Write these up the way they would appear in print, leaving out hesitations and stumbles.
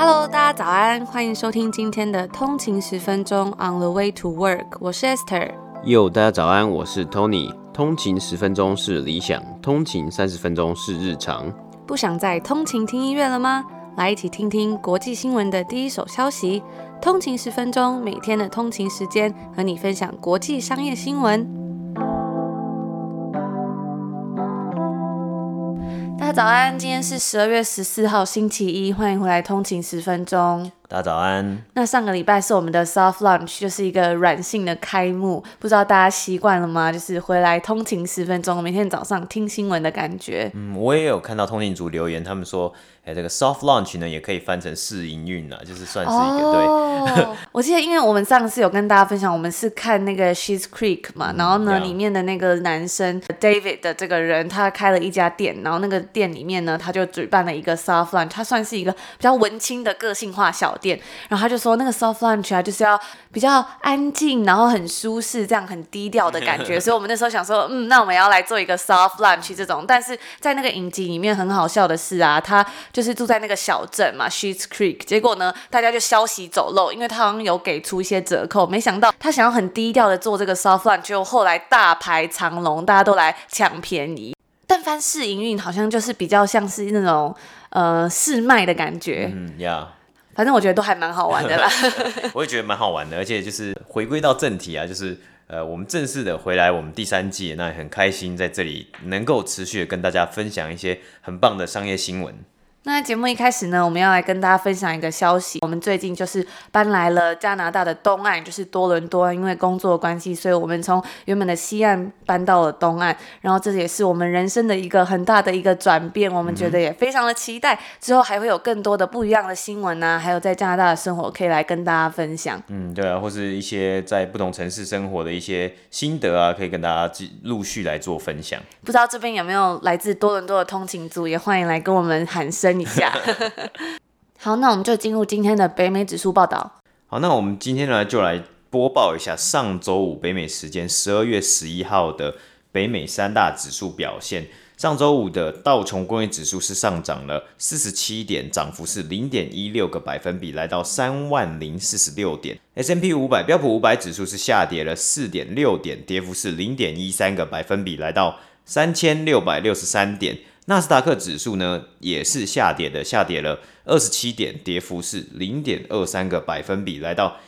Hello， 大家早安，欢迎收听今天的通勤10分钟 On the way to work， 我是 Esther。 大家早安，我是 Tony。通勤10分钟是理想，通勤30分钟是日常。 不想再通勤听音乐了吗？来一起听听国际新闻的第一手消息。通勤10分钟，每天的通勤时间和你分享国际商业新闻。大家早安，今天是12月14号星期一，欢迎回来通勤10分钟。 大家早安。 那上个礼拜是我们的 soft launch， 就是一个软性的开幕，不知道大家习惯了吗？就是回来通勤10分钟，每天早上听新闻的感觉。 我也有看到通勤族留言，他们说，这个 soft launch 呢也可以翻成试营运啦，就是算是一个对。 我记得，因为我们上次有跟大家分享，我们是看那个 Schitt's Creek 嘛，然后呢，里面的那个男生 David 的这个人，他开了一家店，然后那个店里面呢，他就举办了一个 soft launch， 他算是一个比较文青的个性化小店，然后他就说那个 soft launch 啊，就是要比较安静，然后很舒适，这样很低调的感觉，所以我们那时候想说，那我们要来做一个 soft launch 这种，但是在那个影集里面很好笑的是啊，他就是住在那个小镇嘛 Schitt's Creek， 结果呢，大家就消息走漏，因为他好像有给出一些折扣，没想到他想要很低调的做这个 soft launch， 结果后来大排长龙，大家都来抢便宜。但翻试营运好像就是比较像是那种试卖的感觉，反正我觉得都还蛮好玩的啦。 我也觉得蛮好玩的，而且就是回归到正题啊，就是我们正式的回来我们第3季，那也很开心在这里能够持续的跟大家分享一些很棒的商业新闻。 那节目一开始呢，我们要来跟大家分享一个消息。我们最近就是搬来了加拿大的东岸，就是多伦多，因为工作的关系，所以我们从原本的西岸搬到了东岸。然后这也是我们人生的一个很大的一个转变，我们觉得也非常的期待。之后还会有更多的不一样的新闻啊，还有在加拿大的生活可以来跟大家分享。 对啊，或是一些在不同城市生活的一些心得啊，可以跟大家陆续来做分享。 不知道这边有没有来自多伦多的通勤族，也欢迎来跟我们喊声一下。好，那我们就进入今天的北美指数报道。 好，那我们今天呢就来播报一下上周五北美时间12月11号的北美3大指数表现。上周五的道琼工业指数是上涨了47点，涨幅是 0.16 个百分比，来到30046点。S&P 500标普500指数是下跌了 4.6 点，跌幅是 0.13 个百分比，来到3663点。纳斯达克指数呢也是下跌了27点，跌幅是 0.23 个百分比，来到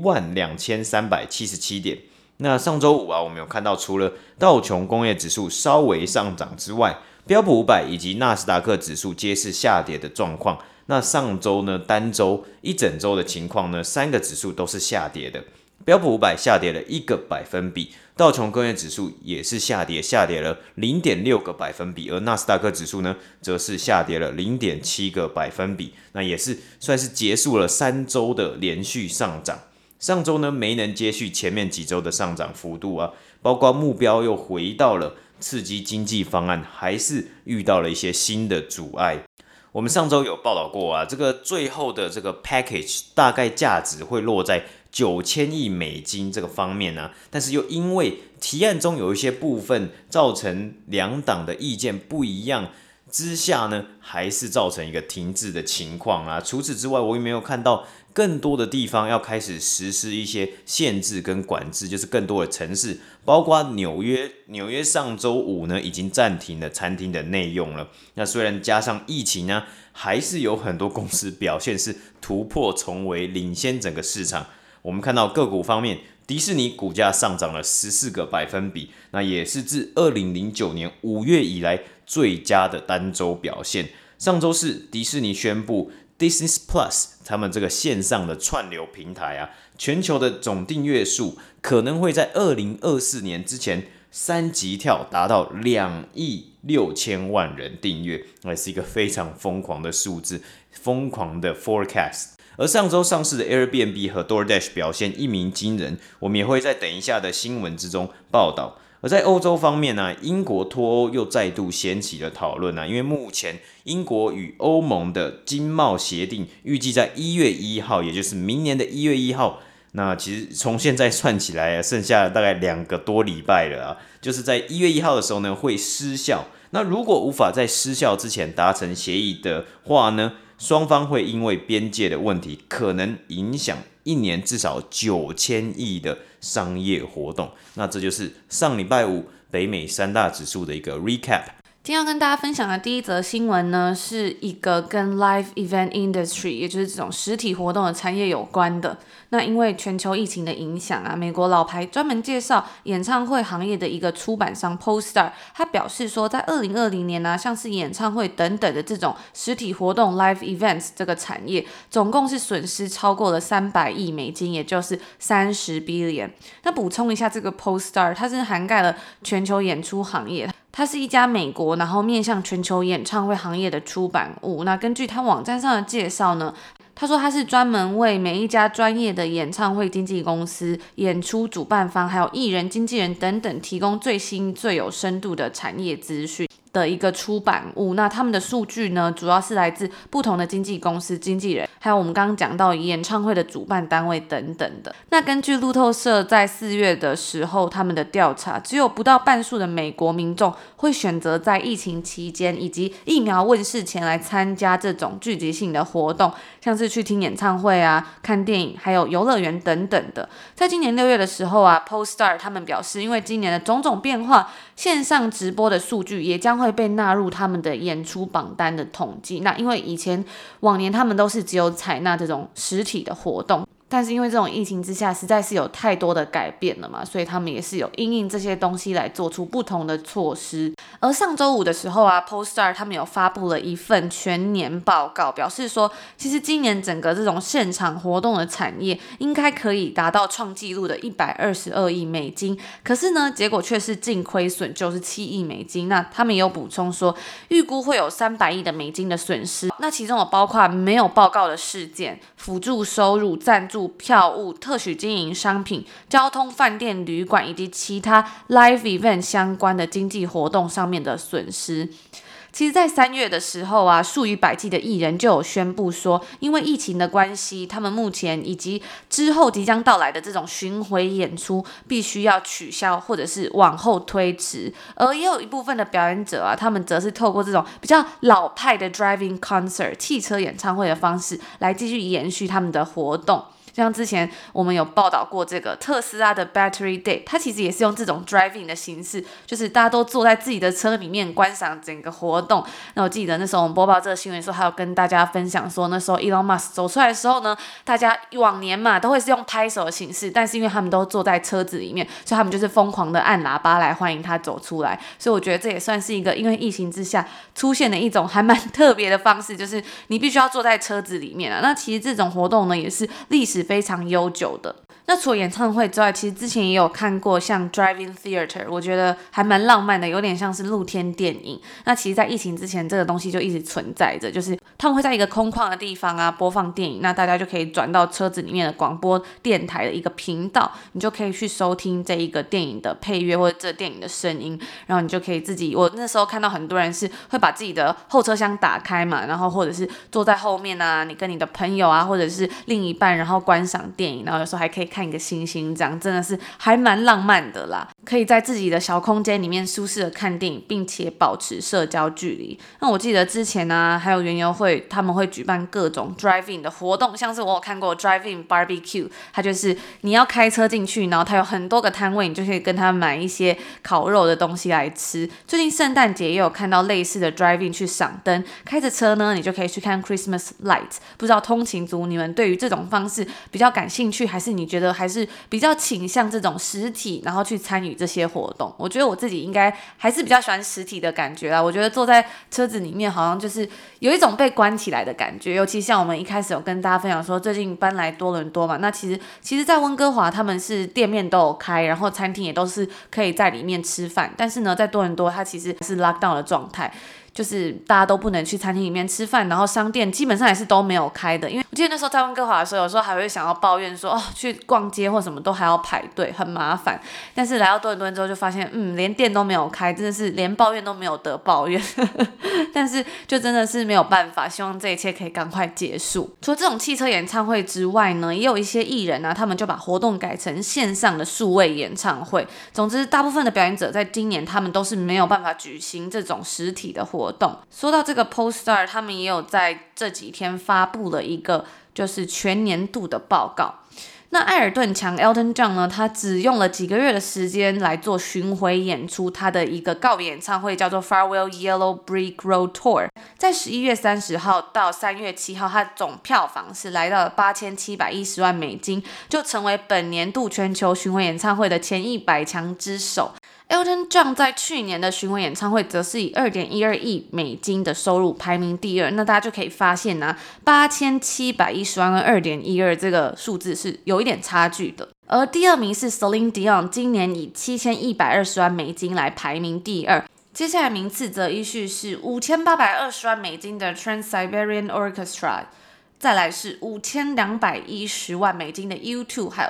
12377点。那上周五啊，我们有看到除了道琼工业指数稍微上涨之外，标普500以及纳斯达克指数皆是下跌的状况。那上周呢，单周一整周的情况呢，3个指数都是下跌的。标普500下跌了1个百分比，道琼工业指数也是下跌了 0.6 个百分比，而纳斯达克指数呢，则是下跌了 0.7 个百分比。那也是算是结束了3周的连续上涨。上周呢，没能接续前面几周的上涨幅度啊，包括目标又回到了刺激经济方案，还是遇到了一些新的阻碍。我们上周有报道过啊，这个最后的这个 package 大概价值会落在9000亿美金这个方面啊，但是又因为提案中有一些部分造成两党的意见不一样之下呢，还是造成一个停滞的情况啊。除此之外，我也没有看到更多的地方要开始实施一些限制跟管制，就是更多的城市，包括纽约上周五呢已经暂停了餐厅的内用了。那虽然加上疫情呢，还是有很多公司表现是突破重围，领先整个市场。我们看到个股方面，迪士尼股价上涨了14个百分比，那也是自2009年5月以来最佳的单周表现。上周四，迪士尼宣布 Disney Plus 他们这个线上的串流平台啊，全球的总订阅数可能会在2024年之前3级跳，达到2亿6千万人订阅，那是一个非常疯狂的数字，疯狂的 forecast。而上周上市的 Airbnb 和 DoorDash 表现一鸣惊人，我们也会在等一下的新闻之中报道。而在欧洲方面呢，英国脱欧又再度掀起了讨论啊，因为目前英国与欧盟的经贸协定预计在1月1号，也就是明年的1月1号。那其实从现在算起来剩下大概2个多礼拜了啊，就是在1月1号的时候呢会失效。那如果无法在失效之前达成协议的话呢， 双方会因为边界的问题，可能影响一年至少9000亿的商业活动。那这就是上礼拜五北美3大指数的一个 recap。 今天要跟大家分享的第一则新闻呢，是一个跟 live event industry， 也就是这种实体活动的产业有关的。那因为全球疫情的影响啊，美国老牌专门介绍演唱会行业的一个出版商 Pollstar， 他表示说，在2020年啊，像是演唱会等等的这种实体活动 live events 这个产业，总共是损失超过了300亿美金，也就是30 billion。那补充一下，这个 Pollstar 它是涵盖了全球演出行业。它是一家美国，然后面向全球演唱会行业的出版物。那根据它网站上的介绍呢，他说他是专门为每一家专业的演唱会经纪公司、演出主办方还有艺人、经纪人等等提供最新最有深度的产业资讯的一个出版物。那他们的数据呢，主要是来自不同的经纪公司、经纪人，还有我们刚刚讲到演唱会的主办单位等等的。那根据路透社在4月的时候他们的调查，只有不到半数的美国民众会选择在疫情期间以及疫苗问世前来参加这种聚集性的活动，像是去听演唱会啊、看电影还有游乐园等等的。在今年6月的时候啊， Pollstar 他们表示，因为今年的种种变化，线上直播的数据也将会被纳入他们的演出榜单的统计。那因为往年他们都是只有采纳这种实体的活动，但是因为这种疫情之下实在是有太多的改变了嘛，所以他们也是有因应这些东西来做出不同的措施。而上周五的时候啊， Pollstar 他们有发布了一份全年报告，表示说其实今年整个这种现场活动的产业应该可以达到创纪录的122亿美金，可是呢结果却是净亏损97亿美金。那他们也有补充说，预估会有300亿的美金的损失，那其中有包括没有报告的事件、辅助收入、赞助、票务、特许经营商品、交通、饭店、旅馆以及其他 live event 相关的经济活动上面的损失。其实在3月的时候啊，数以百计的艺人就有宣布说，因为疫情的关系，他们目前以及之后即将到来的这种巡回演出必须要取消或者是往后推迟。而也有一部分的表演者啊，他们则是透过这种比较老派的 driving concert 汽车演唱会的方式来继续延续他们的活动。像之前我们有报道过这个特斯拉的 Battery Day， 它其实也是用这种 driving 的形式，就是大家都坐在自己的车里面观赏整个活动。那我记得那时候我们播报这个新闻的时候，还有跟大家分享说，那时候 Elon Musk 走出来的时候呢，大家往年嘛都会是用拍手的形式，但是因为他们都坐在车子里面，所以他们就是疯狂的按喇叭来欢迎他走出来。所以我觉得这也算是一个因为疫情之下出现的一种还蛮特别的方式，就是你必须要坐在车子里面啊。那其实这种活动呢，也是历史非常悠久的。那除了演唱会之外，其实之前也有看过像 Drive-in Theater， 我觉得还蛮浪漫的，有点像是露天电影。那其实在疫情之前，这个东西就一直存在着，就是他们会在一个空旷的地方啊播放电影，那大家就可以转到车子里面的广播电台的一个频道，你就可以去收听这一个电影的配乐或者这电影的声音，然后你就可以自己，我那时候看到很多人是会把自己的后车厢打开嘛，然后或者是坐在后面啊，你跟你的朋友啊或者是另一半，然后观赏电影，然后有时候还可以看一个星星，这样真的是还蛮浪漫的啦。可以在自己的小空间里面舒适的看电影，并且保持社交距离。那我记得之前啊，还有园游会他们会举办各种 drive-in 的活动，像是我有看过 drive-in barbecue， 它就是你要开车进去，然后它有很多个摊位，你就可以跟他买一些烤肉的东西来吃。最近圣诞节也有看到类似的 drive-in 去赏灯，开着车呢，你就可以去看 Christmas lights。不知道通勤族你们对于这种方式比较感兴趣，还是你觉得还是比较倾向这种实体，然后去参与这些活动？我觉得我自己应该还是比较喜欢实体的感觉啦。我觉得坐在车子里面好像就是有一种被关起来的感觉，尤其像我们一开始有跟大家分享说最近搬来多伦多嘛，那其实在温哥华他们是店面都有开，然后餐厅也都是可以在里面吃饭，但是呢在多伦多它其实是 lockdown 的状态，就是大家都不能去餐厅里面吃饭，然后商店基本上也是都没有开的。因为我记得那时候在温哥华的时候，有时候还会想要抱怨说，去逛街或什么都还要排队，很麻烦。但是来到多伦多之后就发现，连店都没有开，真的是连抱怨都没有得抱怨。但是就真的是没有办法，希望这一切可以赶快结束。除了这种汽车演唱会之外呢，也有一些艺人啊，他们就把活动改成线上的数位演唱会。总之，大部分的表演者在今年他们都是没有办法举行这种实体的活活动。说到这个 Polestar， 他们也有在这几天发布了一个就是全年度的报告。那艾尔顿强 Elton John 呢，他只用了几个月的时间来做巡回演出，他的一个告别演唱会叫做 Farewell Yellow Brick Road Tour， 在11月30号到3月7号，他总票房是来到了8710万美金，就成为本年度全球巡回演唱会的前100强之首。Elton John 在去年的巡回演唱会则是以 2.12 亿美金的收入排名第二，那大家就可以发现8710万跟 2.12 这个数字是有一点差距的。而第二名是 Celine Dion， 今年以7120万美金来排名第二。接下来名次则依序是5820万美金的 Trans-Siberian Orchestra，再来是5210万美金的 U2， 还有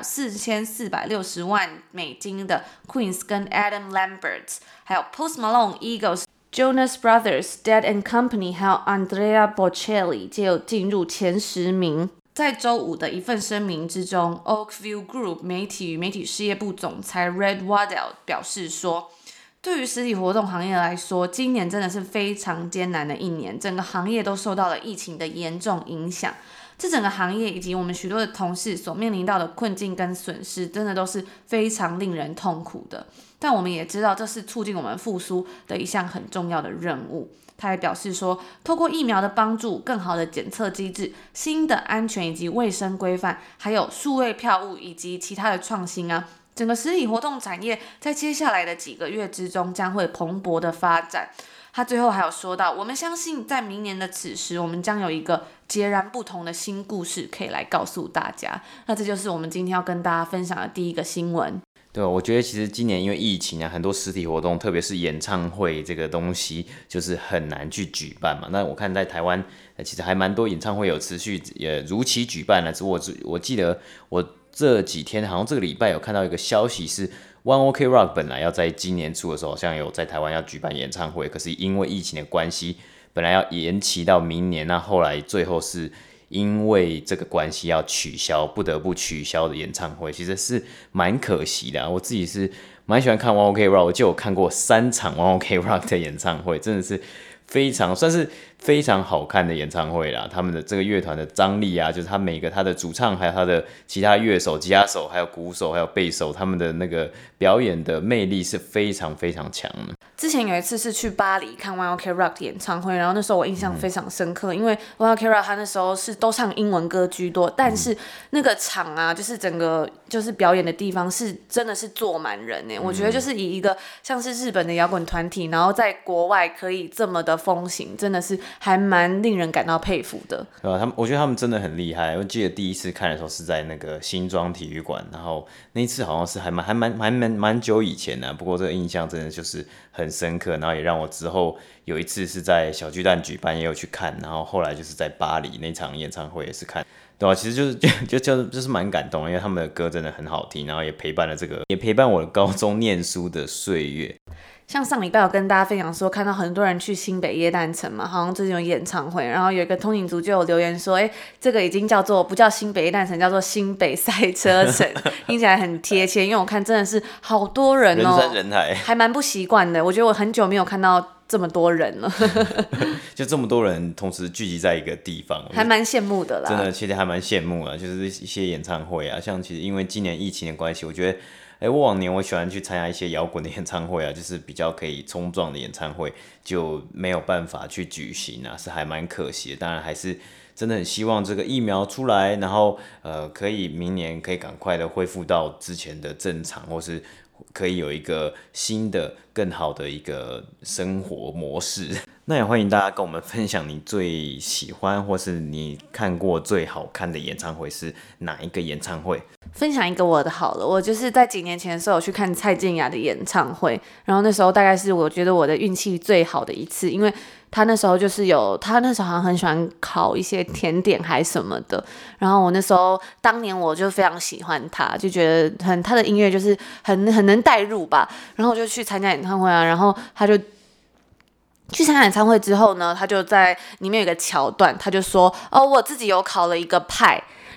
4460万美金的 Queen 跟 Adam Lambert， 还有 Post Malone、Eagles、Jonas Brothers、Dead and Company， 还有 Andrea Bocelli 皆有进入前10名。在周五的一份声明之中， Oakview Group 媒体与媒体事业部总裁 Red Waddell 表示说，对于实体活动行业来说，今年真的是非常艰难的一年，整个行业都受到了疫情的严重影响。这整个行业以及我们许多的同事所面临到的困境跟损失，真的都是非常令人痛苦的。但我们也知道，这是促进我们复苏的一项很重要的任务。他还表示说，透过疫苗的帮助、更好的检测机制、新的安全以及卫生规范，还有数位票务以及其他的创新整个实体活动产业在接下来的几个月之中将会蓬勃的发展。他最后还有说到，我们相信在明年的此时，我们将有一个截然不同的新故事可以来告诉大家。那这就是我们今天要跟大家分享的第一个新闻。 对，我觉得其实今年因为疫情很多实体活动，特别是演唱会这个东西，就是很难去举办嘛。那我看在台湾，其实还蛮多演唱会有持续也如期举办了。我记得我这几天好像这个礼拜有看到一个消息是，One OK Rock 本来要在今年初的时候，好像有在台湾要举办演唱会，可是因为疫情的关系，本来要延期到明年，那后来最后是因为这个关系要取消，不得不取消的演唱会，其实是蛮可惜的我自己是蛮喜欢看 One OK Rock， 我就有看过3场 One OK Rock 的演唱会，真的是算是非常好看的演唱会啦。他们的这个乐团的张力就是他的主唱，还有他的其他乐手、吉他手，还有鼓手，还有贝手，他们的那个表演的魅力是非常非常强的。 之前有一次是去巴黎看 One OK Rock 的演唱会，然后那时候我印象非常深刻，因为 One OK Rock 他那时候是都唱英文歌居多，但是那个场就是整个就是表演的地方是真的是坐满人我觉得就是以一个像是日本的摇滚团体，然后在国外可以这么的风行，真的是还蛮令人感到佩服的。 对吧？我觉得他们真的很厉害。我记得第一次看的时候是在那个新庄体育馆，然后那一次好像是还蛮久以前的，不过这个印象真的就是很深刻，然后也让我之后有一次是在小巨蛋举办也有去看，然后后来就是在巴黎那场演唱会也是看，对吧？其实就是蛮感动的，因为他们的歌真的很好听，然后也陪伴我的高中念书的岁月。 像上礼拜有跟大家分享说，看到很多人去新北耶诞城嘛，好像最近有演唱会，然后有一个通勤族就有留言说，这个已经不叫新北耶诞城，叫做新北赛车城，听起来很贴切，因为我看真的是好多人人山人海， 还蛮不习惯的。我觉得我很久没有看到这么多人了， 就这么多人同时聚集在一个地方， 还蛮羡慕的啦。 真的，其实还蛮羡慕的，就是一些演唱会像其实因为今年疫情的关系，我觉得。往年我喜欢去参加一些摇滚的演唱会就是比较可以冲撞的演唱会，就没有办法去举行是还蛮可惜的。当然还是真的很希望这个疫苗出来，然后可以明年可以赶快的恢复到之前的正常，或是可以有一个新的更好的一个生活模式。那也欢迎大家跟我们分享你最喜欢或是你看过最好看的演唱会是哪一个演唱会？ 分享一个我的好了，我就是在几年前的时候有去看蔡健雅的演唱会，然后那时候大概是我觉得我的运气最好的一次，因为他那时候他那时候好像很喜欢烤一些甜点还什么的，然后我那时候当年我就非常喜欢他，就觉得他的音乐就是很能带入吧，然后我就去参加演唱会然后他就去参加演唱会之后呢，他就在里面有一个桥段，他就说我自己有烤了一个派。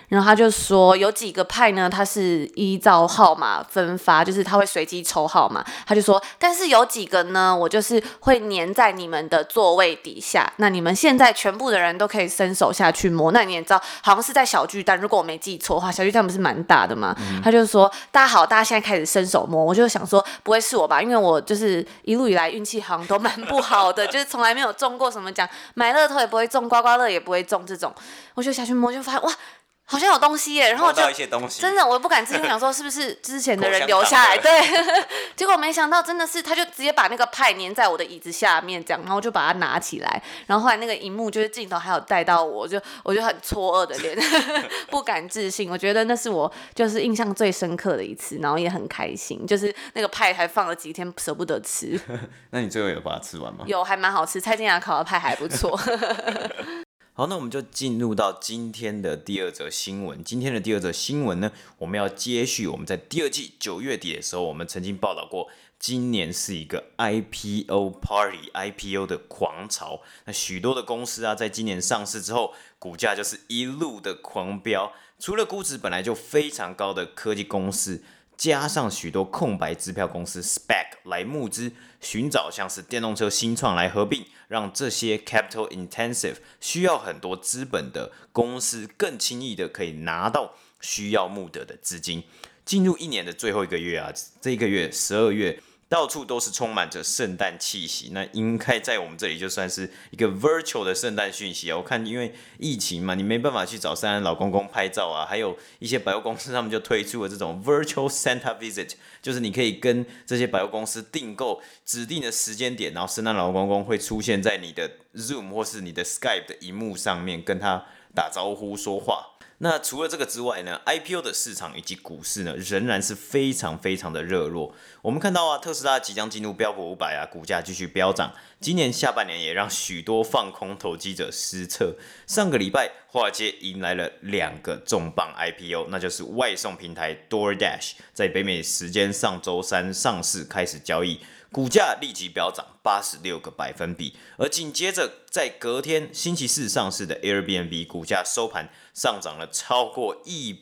然后他就说有几个派呢，它是依照号码分发，就是他会随机抽号码。他就说，但是有几个呢，我就是会粘在你们的座位底下，那你们现在全部的人都可以伸手下去摸。那你也知道，好像是在小巨蛋，如果我没记错的话，小巨蛋不是蛮大的吗？他就说，大家好，大家现在开始伸手摸。我就想说，不会是我吧？因为我就是一路以来运气好像都蛮不好的，就是从来没有中过什么奖，买乐透也不会中，刮刮乐也不会中这种。我就下去摸，就发现哇，好像有东西耶，然后我就摸到一些东西， 真的我不敢置信，想说是不是之前的人留下来？对，结果没想到真的是，他就直接把那个派粘在我的椅子下面，这样，然后就把它拿起来，然后后来那个荧幕就是镜头还有带到我，我就很错愕的脸，不敢置信。我觉得那是我就是印象最深刻的一次，然后也很开心，就是那个派还放了几天，舍不得吃。 那你最后有把它吃完吗？ 有，还蛮好吃，蔡健雅烤的派还不错。 好，那我们就进入到今天的第二则新闻。今天的第二则新闻呢，我们要接续我们在第二季9月底的时候，我们曾经报道过，今年是一个 IPO Party、IPO 的狂潮。那许多的公司啊，在今年上市之后，股价就是一路的狂飙。除了估值本来就非常高的科技公司，加上许多空白支票公司 SPAC 来募资，寻找像是电动车新创来合并，让这些 capital intensive 需要很多资本的公司更轻易的可以拿到需要募得的资金。进入一年的最后一个月啊，这个月12月到处都是充满着圣诞气息，那应该在我们这里就算是一个 virtual 的圣诞讯息啊。我看因为疫情嘛，你没办法去找圣诞老公公拍照啊，还有一些百货公司他们就推出了这种 virtual Santa visit， 就是你可以跟这些百货公司订购指定的时间点，然后圣诞老公公会出现在你的 Zoom 或是你的 Skype 的萤幕上面，跟他打招呼说话。那除了这个之外呢 ，IPO 的市场以及股市呢，仍然是非常非常的热络。我们看到啊，特斯拉即将进入标普500啊，股价继续飙涨。今年下半年也让许多放空投机者失策。上个礼拜，华尔街迎来了2个重磅 IPO， 那就是外送平台 DoorDash 在北美时间上周三上市开始交易。股价立即飙涨86个百分比，而紧接着在隔天星期四上市的 Airbnb 股价收盘上涨了超过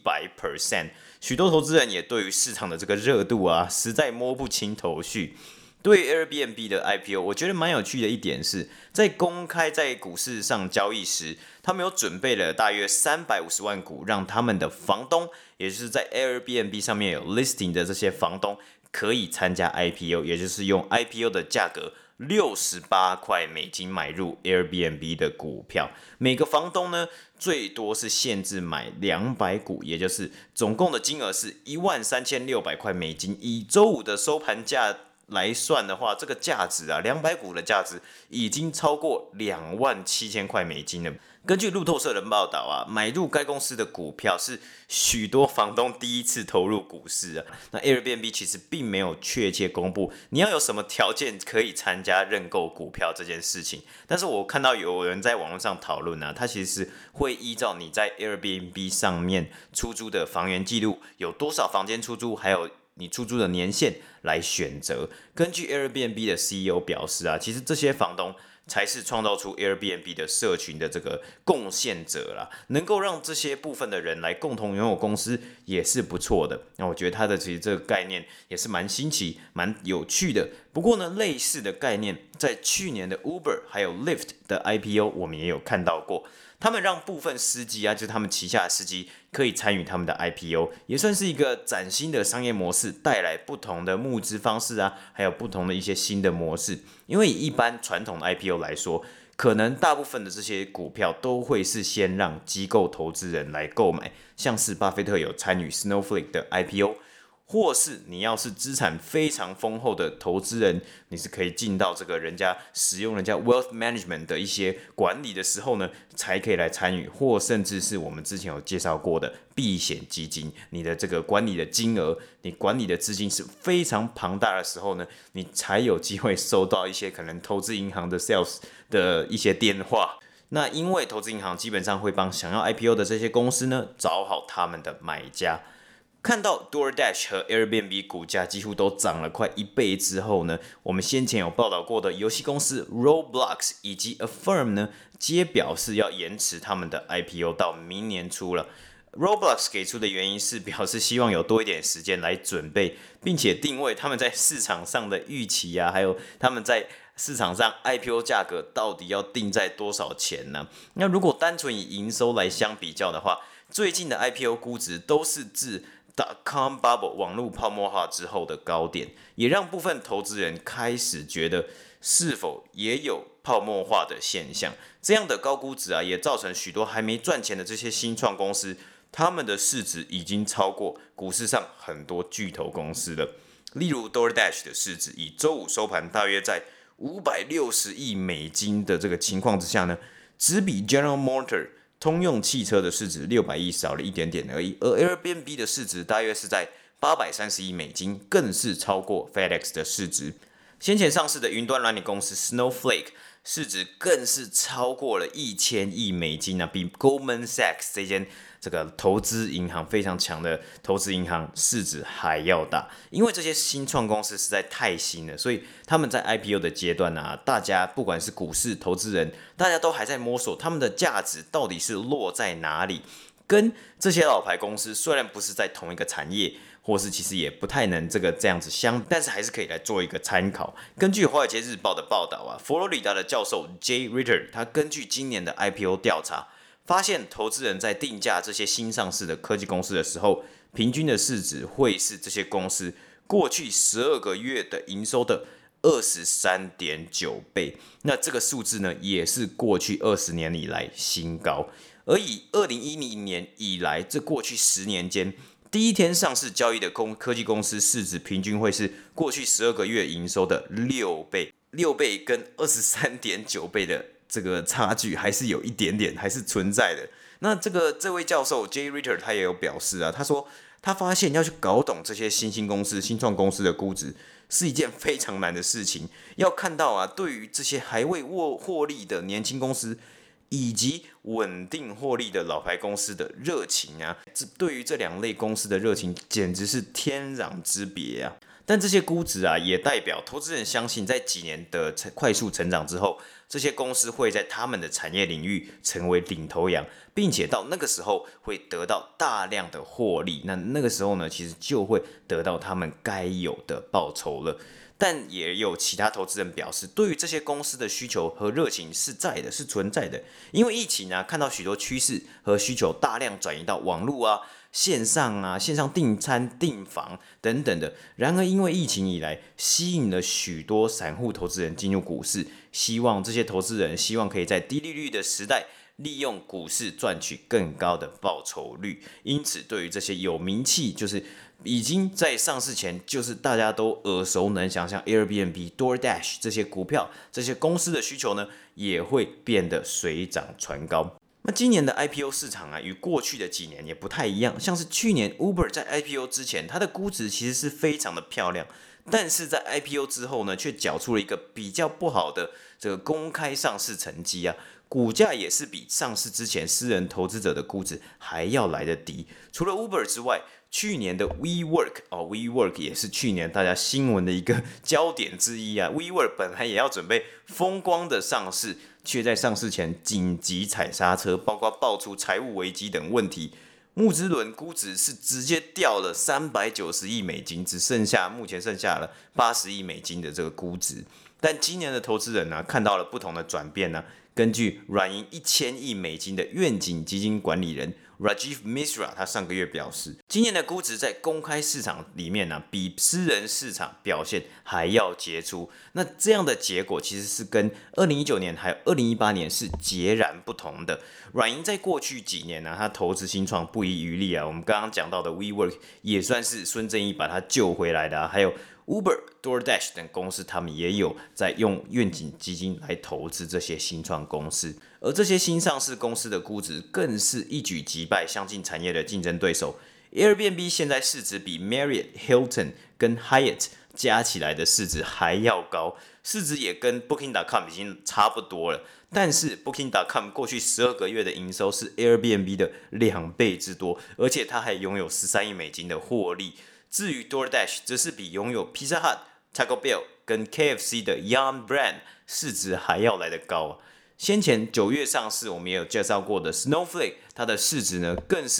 100%，许多投资人也对于市场的这个热度啊，实在摸不清头绪。对于 Airbnb 的 IPO， 我觉得蛮有趣的一点是，在公开在股市上交易时，他们有准备了大约350万股，让他们的房东，也就是在 Airbnb 上面有 listing 的这些房东，可以参加 IPO， 也就是用 IPO 的价格68块美金买入 Airbnb 的股票。每个房东呢，最多是限制买200股，也就是总共的金额是13600块美金。以周五的收盘价来算的话，这个价值啊，200股的价值已经超过27000块美金了。根据路透社的报道啊，买入该公司的股票是许多房东第一次投入股市啊。那 Airbnb 其实并没有确切公布你要有什么条件可以参加认购股票这件事情，但是我看到有人在网络上讨论啊，他其实是会依照你在 Airbnb 上面出租的房源记录，有多少房间出租，还有你出租的年限来选择。根据 Airbnb 的 CEO 表示啊，其实这些房东才是创造出 Airbnb 的社群的这个贡献者啦，能够让这些部分的人来共同拥有公司也是不错的。那我觉得他的其实这个概念也是蛮新奇、蛮有趣的。不过呢，类似的概念在去年的 Uber 还有 Lyft 的 IPO 我们也有看到过。他们让部分司机啊，就是他们旗下的司机可以参与他们的 IPO， 也算是一个崭新的商业模式，带来不同的募资方式啊，还有不同的一些新的模式。因为以一般传统的 IPO 来说，可能大部分的这些股票都会是先让机构投资人来购买，像是巴菲特有参与 Snowflake 的 IPO。或是你要是资产非常丰厚的投资人，你是可以进到这个人家使用人家 wealth management 的一些管理的时候呢，才可以来参与，或甚至是我们之前有介绍过的避险基金，你的这个管理的金额，你管理的资金是非常庞大的时候呢，你才有机会收到一些可能投资银行的 sales 的一些电话。那因为投资银行基本上会帮想要 IPO 的这些公司呢，找好他们的买家。看到 DoorDash 和 Airbnb 股价几乎都涨了快1倍之后呢，我们先前有报道过的游戏公司 Roblox 以及 Affirm 呢，皆表示要延迟他们的 IPO 到明年初了。 Roblox 给出的原因是表示希望有多一点时间来准备，并且定位他们在市场上的预期啊，还有他们在市场上 IPO 价格到底要定在多少钱呢？那如果单纯以营收来相比较的话，最近的 IPO 估值都是自 .com bubble 网络泡沫化之后的高点，也让部分投资人开始觉得是否也有泡沫化的现象。这样的高估值啊，也造成许多还没赚钱的这些新创公司，他们的市值已经超过股市上很多巨头公司了。例如 DoorDash 的市值以周五收盘大约在560亿美金的这个情况之下呢，只比 General Motors 通用汽车的市值600亿少了一点点而已，而 Airbnb 的市值大约是在830亿美金，更是超过 FedEx 的市值。先前上市的云端软体公司 Snowflake 市值更是超过了1000亿美金啊，比 Goldman Sachs 这间这个投资银行非常强的投资银行市值还要大。因为这些新创公司实在太新了，所以他们在 IPO 的阶段啊，大家不管是股市投资人，大家都还在摸索他们的价值到底是落在哪里。跟这些老牌公司虽然不是在同一个产业，或是其实也不太能这样子但是还是可以来做一个参考。根据《华尔街日报》的报道啊，佛罗里达的教授 Jay Ritter 他根据今年的 IPO 调查，发现投资人在定价这些新上市的科技公司的时候，平均的市值会是这些公司过去12个月的营收的23.9倍。那这个数字呢，也是过去20年以来新高。而以2010年以来这过去10年间，第一天上市交易的科技公司市值平均会是过去12个月营收的6倍，6倍跟23.9倍的这个差距还是有一点点，还是存在的。那这位教授 Jay Ritter 他也有表示啊，他说他发现要去搞懂这些新公司、新创公司的估值是一件非常难的事情。要看到啊，对于这些还未获利的年轻公司，以及稳定获利的老牌公司的热情啊，对于这两类公司的热情简直是天壤之别啊！但这些估值啊，也代表投资人相信，在几年的快速成长之后，这些公司会在他们的产业领域成为领头羊，并且到那个时候会得到大量的获利。那个时候呢，其实就会得到他们该有的报酬了。但也有其他投资人表示，对于这些公司的需求和热情是存在的。因为疫情啊，看到许多趋势和需求大量转移到网络啊、线上订餐、订房等等的。然而，因为疫情以来，吸引了许多散户投资人进入股市，这些投资人希望可以在低利率的时代，利用股市赚取更高的报酬率。因此，对于这些有名气，就是已经在上市前就是大家都耳熟能详，像 Airbnb、DoorDash 这些股票、这些公司的需求呢，也会变得水涨船高。那今年的 IPO 市场啊，与过去的几年也不太一样。像是去年 Uber 在 IPO 之前，它的估值其实是非常的漂亮，但是在 IPO 之后呢，却缴出了一个比较不好的这个公开上市成绩啊，股价也是比上市之前私人投资者的估值还要来得低。除了 Uber 之外，去年的 WeWork 也是去年大家新闻的一个焦点之一啊。WeWork 本来也要准备风光的上市，却在上市前紧急踩刹车，包括爆出财务危机等问题。募资轮估值是直接掉了390亿美金，目前剩下了80亿美金的这个估值。但今年的投资人呢，看到了不同的转变呢。根据软银1000亿美金的愿景基金管理人 Rajiv Misra， 他上个月表示，今年的估值在公开市场里面呢，比私人市场表现还要杰出。那这样的结果其实是跟2019年还有2018年是截然不同的。软银在过去几年呢，他投资新创不遗余力啊。我们刚刚讲到的 WeWork 也算是孙正义把他救回来的啊，还有Uber、DoorDash 等公司，他们也有在用愿景基金来投资这些新创公司，而这些新上市公司的估值更是一举击败相近产业的竞争对手。Airbnb 现在市值比 Marriott、Hilton 跟 Hyatt 加起来的市值还要高，市值也跟 Booking.com 已经差不多了。但是 Booking.com 过去12个月的营收是 Airbnb 的2倍之多，而且它还拥有13亿美金的获利。至于 DoorDash 则是比拥有 Pizza Hut、Taco Bell 跟 KFC 的 Yum Brand 市值还要来得高先前9月上市，我们也有介绍过的 Snowflake， 它的市值呢更是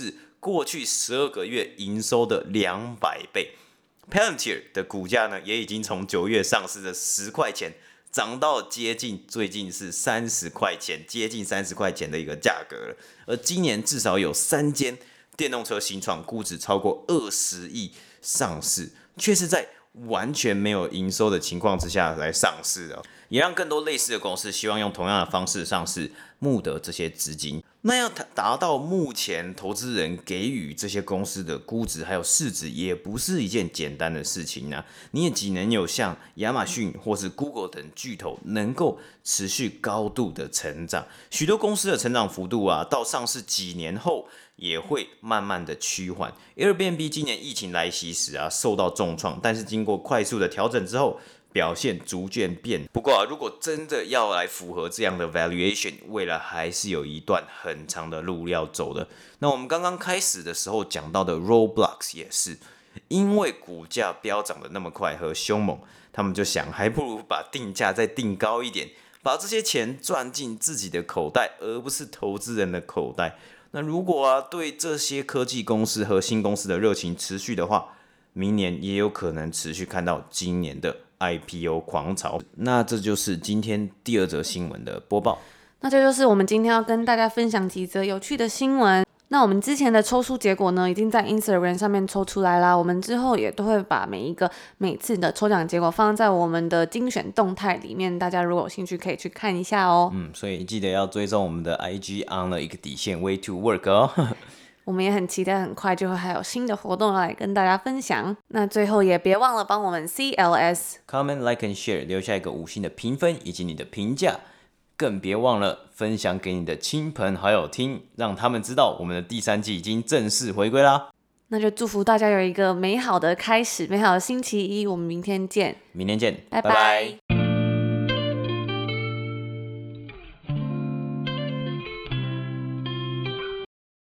过去12个月营收的200倍。Palantir 的股价呢，也已经从9月上市的10块钱涨到接近最近是30块钱，接近30块钱的一个价格了。而今年至少有3间电动车新创估值超过20亿上市，却是在完全没有营收的情况之下来上市的，也让更多类似的公司希望用同样的方式上市，募得这些资金。那要达到目前投资人给予这些公司的估值还有市值，也不是一件简单的事情啊。你也只能有像亚马逊或是 Google 等巨头能够持续高度的成长。许多公司的成长幅度啊，到上市几年后也会慢慢的趋缓。Airbnb 今年疫情来袭时啊，受到重创，但是经过快速的调整之后，表现逐渐变。不过如果真的要来符合这样的 valuation， 未来还是有一段很长的路要走的。那我们刚刚开始的时候讲到的 Roblox 也是，因为股价飙涨的那么快和凶猛，他们就想还不如把定价再定高一点，把这些钱赚进自己的口袋，而不是投资人的口袋。那如果对这些科技公司和新公司的热情持续的话，明年也有可能持续看到今年的 IPO 狂潮。那这就是今天第2则新闻的播报。 那这就是我们今天要跟大家分享几则有趣的新闻。那我们之前的抽书结果呢，已经在 Instagram 上面抽出来啦。我们之后也都会把每次的抽奖结果放在我们的精选动态里面，大家如果有兴趣可以去看一下哦。 所以记得要追踪我们的 IG on 了一个底线 Way to Work 哦。 我们也很期待很快就会还有新的活动要来跟大家分享。那最后也别忘了帮我们 CLS Comment, Like and Share 留下一个5星的评分以及你的评价，更别忘了分享给你的亲朋好友听，让他们知道我们的第3季已经正式回归啦。 那就祝福大家有一个美好的开始，美好的星期一，我们明天见。 明天见， 拜拜。